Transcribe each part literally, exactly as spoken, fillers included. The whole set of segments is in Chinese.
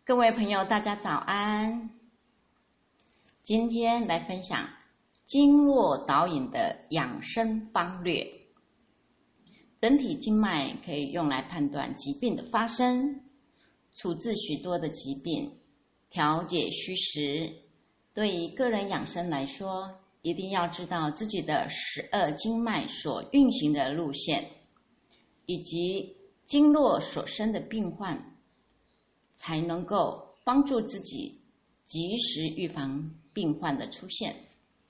各位朋友，大家早安。今天来分享经络导引的养生方略。人体经脉可以用来判断疾病的发生，处置许多的疾病，调节虚实。对于个人养生来说，一定要知道自己的十二经脉所运行的路线，以及经络所生的病患，才能够帮助自己及时预防病患的出现。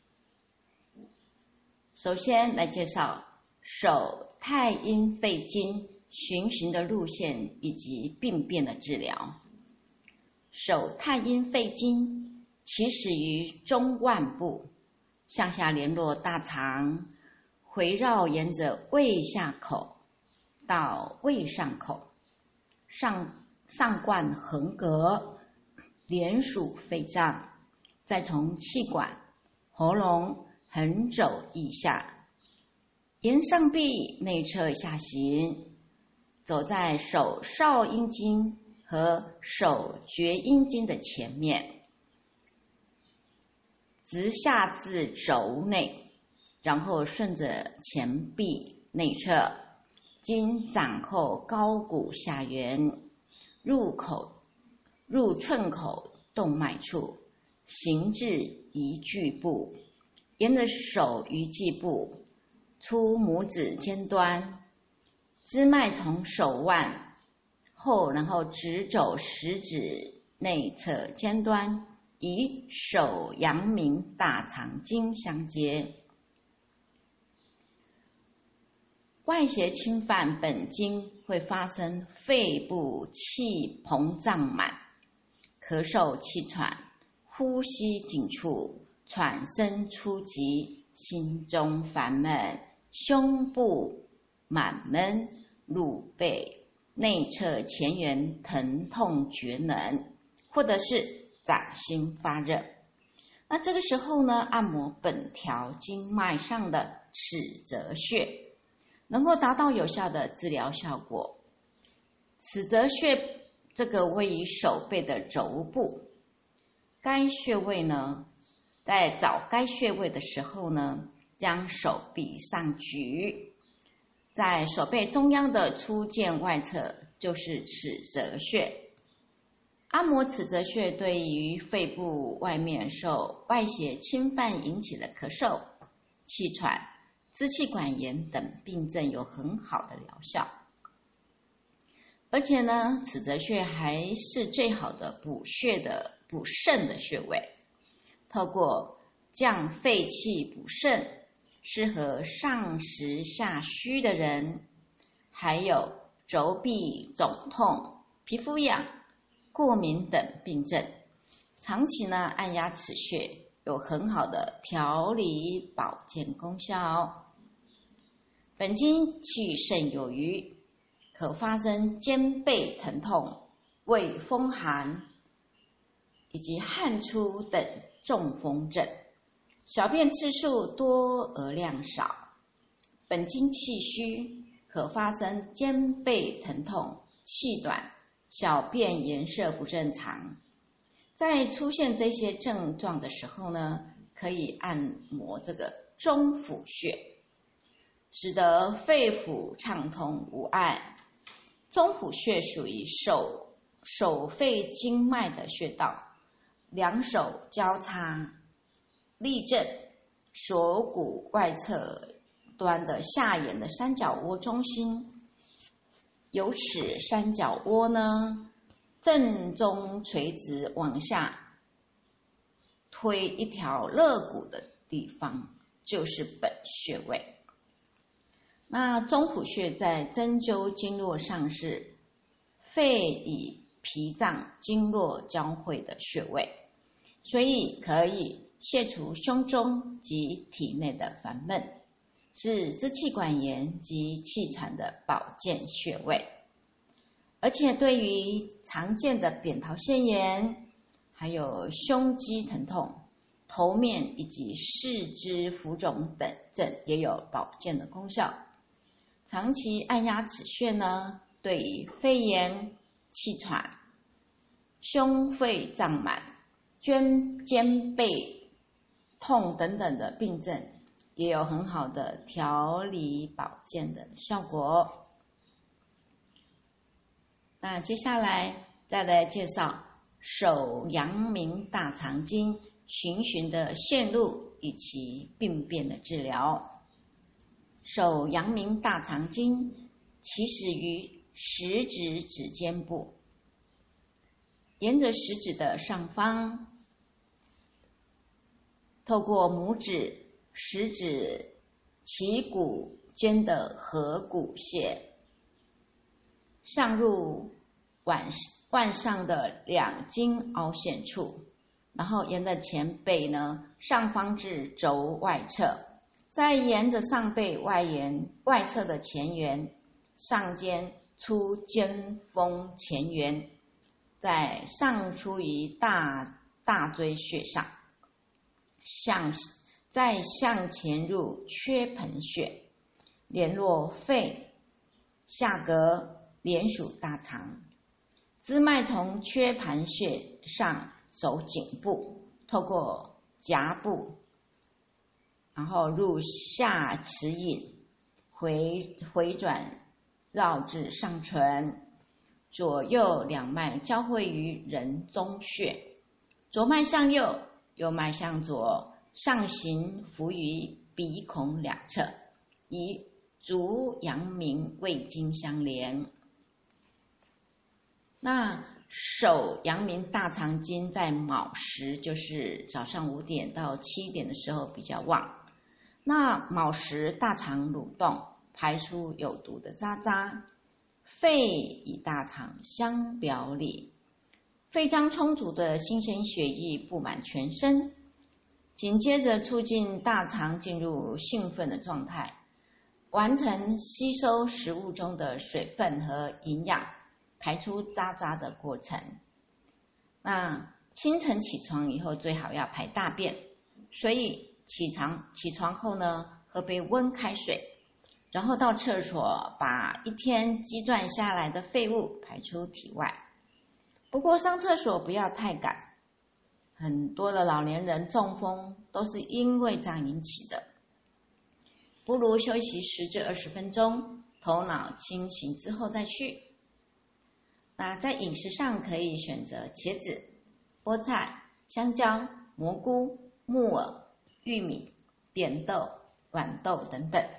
首先来介绍手太阴肺经循行的路线以及病变的治疗。手太阴肺经起始于中脘部，向下联络大肠，回绕沿着胃下口到胃上口，上上贯横膈，连属肺脏，再从气管、喉咙横走腋下，沿上臂内侧下行，走在手少阴经和手厥阴经的前面，直下至轴内，然后顺着前臂内侧，经掌后高骨下缘，入口入寸口动脉处，行至移距部，沿着手鱼际部出拇指尖端，支脉从手腕后，然后直走食指内侧尖端，与手阳明大肠经相接。外邪侵犯本经会发生肺部气膨胀满、咳嗽气喘、呼吸紧促、喘声粗急、心中烦闷、胸部满闷、乳背内侧前缘疼痛厥冷，或者是掌心发热。那这个时候呢，按摩本条经脉上的尺泽穴，能够达到有效的治疗效果。尺泽穴这个位于手背的肘部，该穴位呢，在找该穴位的时候呢，将手臂上举，在手背中央的粗剑外侧就是尺泽穴。按摩尺泽穴对于肺部外面受外邪侵犯引起的咳嗽、气喘、支气管炎等病症有很好的疗效。而且呢，尺泽穴还是最好的补血的补肾的穴位，透过降肺气补肾，适合上实下虚的人，还有肘臂肿痛、皮肤痒、过敏等病症。长期呢按压此穴有很好的调理保健功效。本经气盛有余，可发生肩背疼痛、胃风寒以及汗出等中风症。小便次数多而量少。本经气虚，可发生肩背疼痛、气短、小便颜色不正常。在出现这些症状的时候呢，可以按摩这个中府穴，使得肺腑畅通无碍。中府穴属于手手肺经脉的穴道，两手交叉立正，锁骨外侧端的下沿的三角窝中心，由此三角窝呢正中垂直往下推一条肋骨的地方，就是本穴位。那中府穴在针灸经络上是肺与脾脏经络交汇的穴位，所以可以卸除胸中及体内的烦闷，是支气管炎及气喘的保健穴位。而且对于常见的扁桃腺炎、还有胸肌疼痛、头面以及四肢浮肿等症也有保健的功效。长期按压此穴呢，对于肺炎、气喘、 胸肺胀满、肩肩背痛等等的病症，也有很好的调理保健的效果。那接下来再来介绍手阳明大肠经循循的线路以及病变的治疗。手阳明大肠经起始于食指指尖部，沿着食指的上方，透过拇指、食指、旗骨间的合谷穴，上入腕腕上的两经凹陷处，然后沿着前背呢上方至肘外侧，再沿着上背外沿外侧的前缘，上肩出肩峰前缘，再上出于大大椎穴上，向再向前入缺盆穴，联络肺，下膈连属大肠。支脉从缺盆穴上走颈部，透过颊部，然后入下齿龈，回回转绕至上唇，左右两脉交汇于人中穴，左脉向右，右脉向左，上行浮于鼻孔两侧，以足阳明胃经相连。那手阳明大肠经在卯时，就是早上五点到七点的时候比较旺。那卯时大肠蠕动，排出有毒的渣渣，肺与大肠相表里，肺将充足的新鲜血液布满全身，紧接着促进大肠进入兴奋的状态，完成吸收食物中的水分和营养，排出渣渣的过程。那清晨起床以后最好要排大便，所以起床起床后呢，喝杯温开水，然后到厕所把一天积攥下来的废物排出体外。不过上厕所不要太赶，很多的老年人中风都是因为这样引起的，不如休息十至二十分钟，头脑清醒之后再去。那在饮食上可以选择茄子、菠菜、香蕉、蘑菇、木耳、玉米、扁豆、豌豆等等。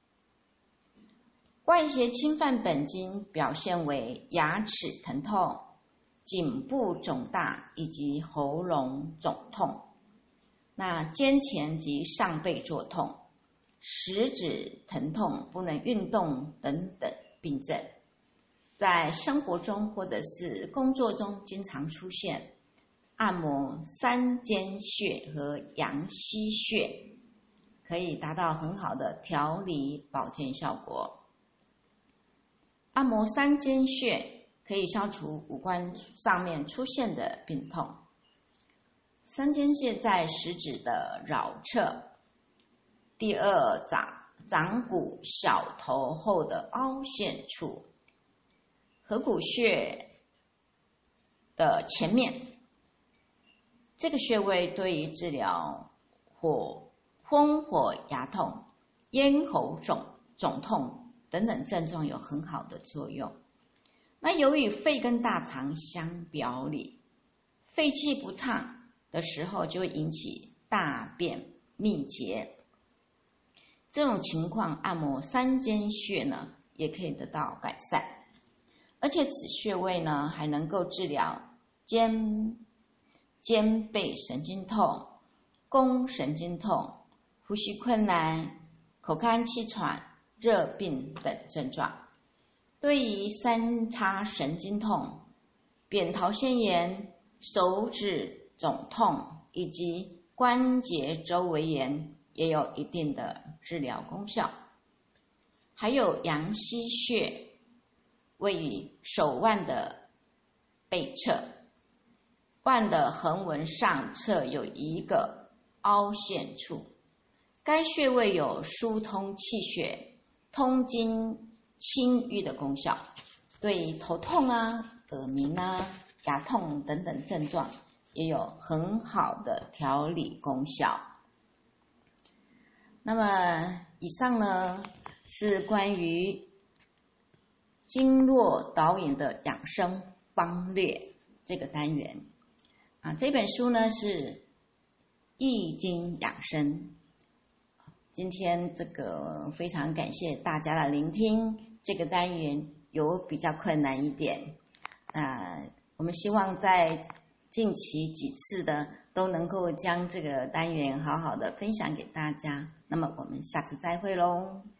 外邪侵犯本经表现为牙齿疼痛、颈部肿大以及喉咙肿痛，那肩前及上背作痛、食指疼痛、不能运动等等病症，在生活中或者是工作中经常出现。按摩三间穴和阳溪穴可以达到很好的调理保健效果。按摩三间穴可以消除五官上面出现的病痛。三间穴在食指的桡侧，第二掌掌骨小头后的凹陷处，合谷穴的前面。这个穴位对于治疗火风火牙痛、咽喉肿肿痛等等症状有很好的作用。那由于肺跟大肠相表里，肺气不畅的时候就会引起大便秘结，这种情况按摩三间穴呢也可以得到改善。而且此穴位呢还能够治疗肩肩背神经痛、肱神经痛、呼吸困难、口干气喘、热病等症状。对于三叉神经痛、扁桃腺炎、手指肿痛以及关节周围炎也有一定的治疗功效。还有阳溪穴，位于手腕的背侧，腕的横纹上侧有一个凹陷处，该穴位有疏通气血、通经清瘀的功效，对头痛啊、耳鸣啊、 牙痛等等症状，也有很好的调理功效。那么以上呢是关于经络导引的养生方略这个单元啊，这本书呢是易经养生。今天这个非常感谢大家的聆听，这个单元有比较困难一点，啊，我们希望在近期几次的都能够将这个单元好好的分享给大家。那么我们下次再会喽。